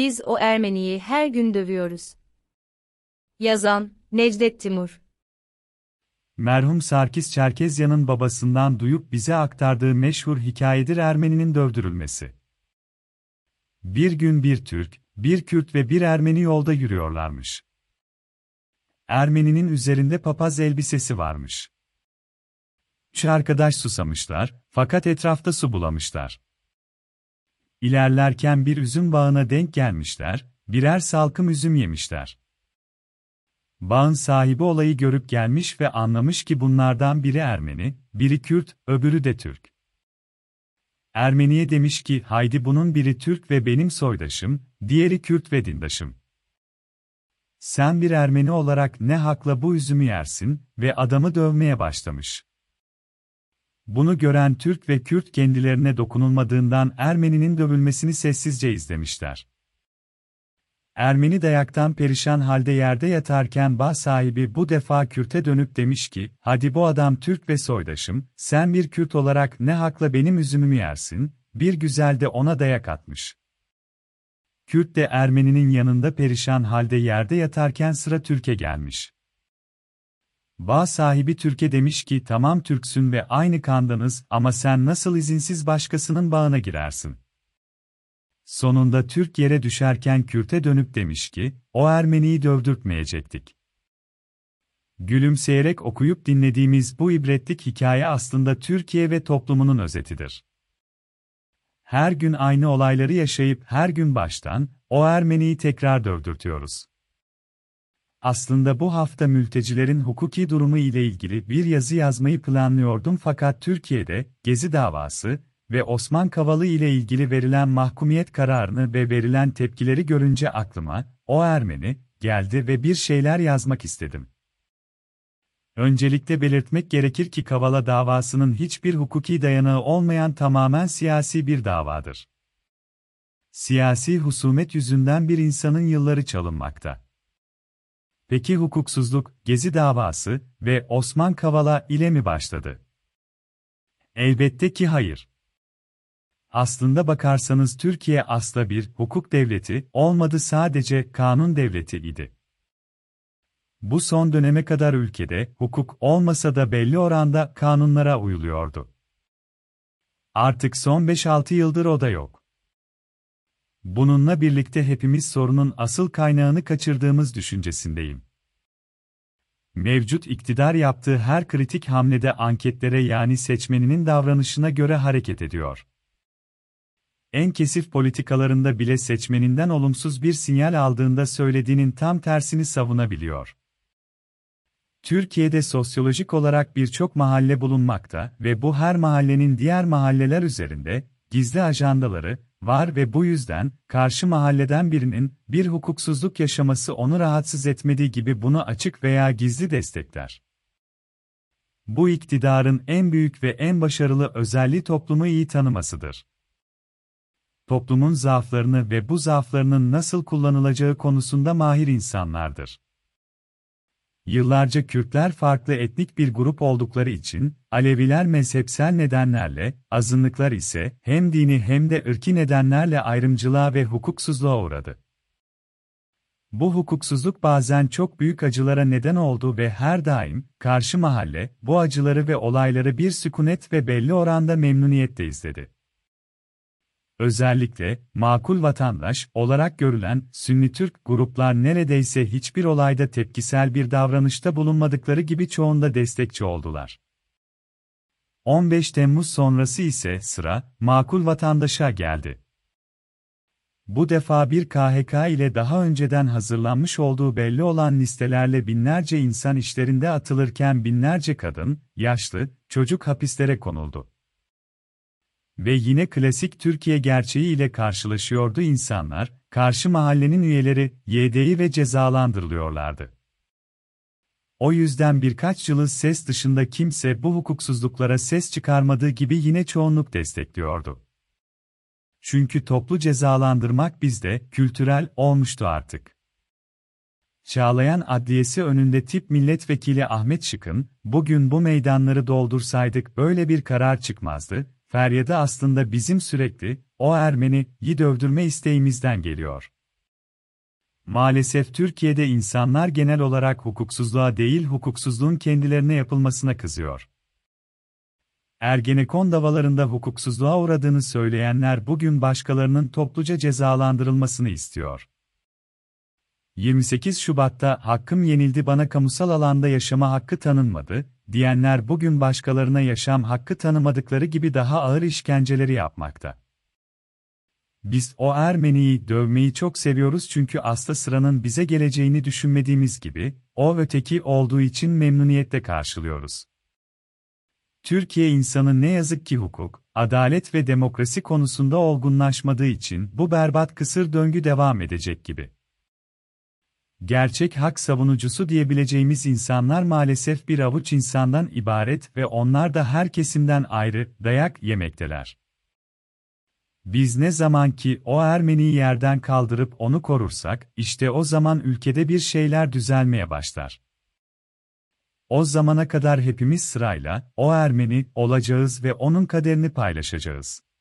Biz o Ermeniyi her gün dövüyoruz. Yazan, Necdet Timur. Merhum Sarkis Çerkezyan'ın babasından duyup bize aktardığı meşhur hikayedir Ermeninin dövdürülmesi. Bir gün bir Türk, bir Kürt ve bir Ermeni yolda yürüyorlarmış. Ermeninin üzerinde papaz elbisesi varmış. Üç arkadaş susamışlar, fakat etrafta su bulamışlar. İlerlerken bir üzüm bağına denk gelmişler, birer salkım üzüm yemişler. Bağın sahibi olayı görüp gelmiş ve anlamış ki bunlardan biri Ermeni, biri Kürt, öbürü de Türk. Ermeniye demiş ki, haydi bunun biri Türk ve benim soydaşım, diğeri Kürt ve dindaşım. Sen bir Ermeni olarak ne hakla bu üzümü yersin ve adamı dövmeye başlamış. Bunu gören Türk ve Kürt kendilerine dokunulmadığından Ermeninin dövülmesini sessizce izlemişler. Ermeni dayaktan perişan halde yerde yatarken bağ sahibi bu defa Kürt'e dönüp demiş ki, hadi bu adam Türk ve soydaşım, sen bir Kürt olarak ne hakla benim üzümümü yersin, bir güzel de ona dayak atmış. Kürt de Ermeninin yanında perişan halde yerde yatarken sıra Türk'e gelmiş. Bağ sahibi Türk'e demiş ki, tamam Türksün ve aynı kandanız ama sen nasıl izinsiz başkasının bağına girersin? Sonunda Türk yere düşerken Kürt'e dönüp demiş ki, o Ermeniyi dövdürtmeyecektik. Gülümseyerek okuyup dinlediğimiz bu ibretlik hikaye aslında Türkiye ve toplumunun özetidir. Her gün aynı olayları yaşayıp her gün baştan, o Ermeniyi tekrar dövdürtüyoruz. Aslında bu hafta mültecilerin hukuki durumu ile ilgili bir yazı yazmayı planlıyordum fakat Türkiye'de, Gezi davası ve Osman Kavala ile ilgili verilen mahkumiyet kararını ve verilen tepkileri görünce aklıma, o Ermeni, geldi ve bir şeyler yazmak istedim. Öncelikle belirtmek gerekir ki Kavala davasının hiçbir hukuki dayanağı olmayan tamamen siyasi bir davadır. Siyasi husumet yüzünden bir insanın yılları çalınmakta. Peki hukuksuzluk, Gezi davası ve Osman Kavala ile mi başladı? Elbette ki hayır. Aslında bakarsanız Türkiye asla bir hukuk devleti olmadı, sadece kanun devleti idi. Bu son döneme kadar ülkede hukuk olmasa da belli oranda kanunlara uyuluyordu. Artık son 5-6 yıldır o da yok. Bununla birlikte hepimiz sorunun asıl kaynağını kaçırdığımız düşüncesindeyim. Mevcut iktidar yaptığı her kritik hamlede anketlere yani seçmeninin davranışına göre hareket ediyor. En kesif politikalarında bile seçmeninden olumsuz bir sinyal aldığında söylediğinin tam tersini savunabiliyor. Türkiye'de sosyolojik olarak birçok mahalle bulunmakta ve bu her mahallenin diğer mahalleler üzerinde gizli ajandaları var ve bu yüzden karşı mahalleden birinin bir hukuksuzluk yaşaması onu rahatsız etmediği gibi bunu açık veya gizli destekler. Bu iktidarın en büyük ve en başarılı özelliği toplumu iyi tanımasıdır. Toplumun zaaflarını ve bu zaaflarının nasıl kullanılacağı konusunda mahir insanlardır. Yıllarca Kürtler farklı etnik bir grup oldukları için, Aleviler mezhepsel nedenlerle, azınlıklar ise hem dini hem de ırki nedenlerle ayrımcılığa ve hukuksuzluğa uğradı. Bu hukuksuzluk bazen çok büyük acılara neden oldu ve her daim, karşı mahalle, bu acıları ve olayları bir sükunet ve belli oranda memnuniyetle izledi. Özellikle, makul vatandaş olarak görülen Sünni Türk gruplar neredeyse hiçbir olayda tepkisel bir davranışta bulunmadıkları gibi çoğunda destekçi oldular. 15 Temmuz sonrası ise sıra, makul vatandaşa geldi. Bu defa bir KHK ile daha önceden hazırlanmış olduğu belli olan listelerle binlerce insan işlerinde atılırken binlerce kadın, yaşlı, çocuk hapislere konuldu. Ve yine klasik Türkiye gerçeği ile karşılaşıyordu insanlar, karşı mahallenin üyeleri, YDİ ve cezalandırılıyorlardı. O yüzden birkaç yılı ses dışında kimse bu hukuksuzluklara ses çıkarmadığı gibi yine çoğunluk destekliyordu. Çünkü toplu cezalandırmak bizde kültürel olmuştu artık. Çağlayan Adliyesi önünde tip milletvekili Ahmet Şık'ın, bugün bu meydanları doldursaydık böyle bir karar çıkmazdı, feryadı aslında bizim sürekli, o Ermeni'yi dövdürme isteğimizden geliyor. Maalesef Türkiye'de insanlar genel olarak hukuksuzluğa değil hukuksuzluğun kendilerine yapılmasına kızıyor. Ergenekon davalarında hukuksuzluğa uğradığını söyleyenler bugün başkalarının topluca cezalandırılmasını istiyor. 28 Şubat'ta "Hakkım yenildi, bana kamusal alanda yaşama hakkı tanınmadı" diyenler bugün başkalarına yaşam hakkı tanımadıkları gibi daha ağır işkenceleri yapmakta. Biz o Ermeniyi dövmeyi çok seviyoruz çünkü asla sıranın bize geleceğini düşünmediğimiz gibi, o öteki olduğu için memnuniyetle karşılıyoruz. Türkiye insanı ne yazık ki hukuk, adalet ve demokrasi konusunda olgunlaşmadığı için bu berbat kısır döngü devam edecek gibi. Gerçek hak savunucusu diyebileceğimiz insanlar maalesef bir avuç insandan ibaret ve onlar da her kesimden ayrı dayak yemekteler. Biz ne zaman ki o Ermeniyi yerden kaldırıp onu korursak, işte o zaman ülkede bir şeyler düzelmeye başlar. O zamana kadar hepimiz sırayla o Ermeni olacağız ve onun kaderini paylaşacağız.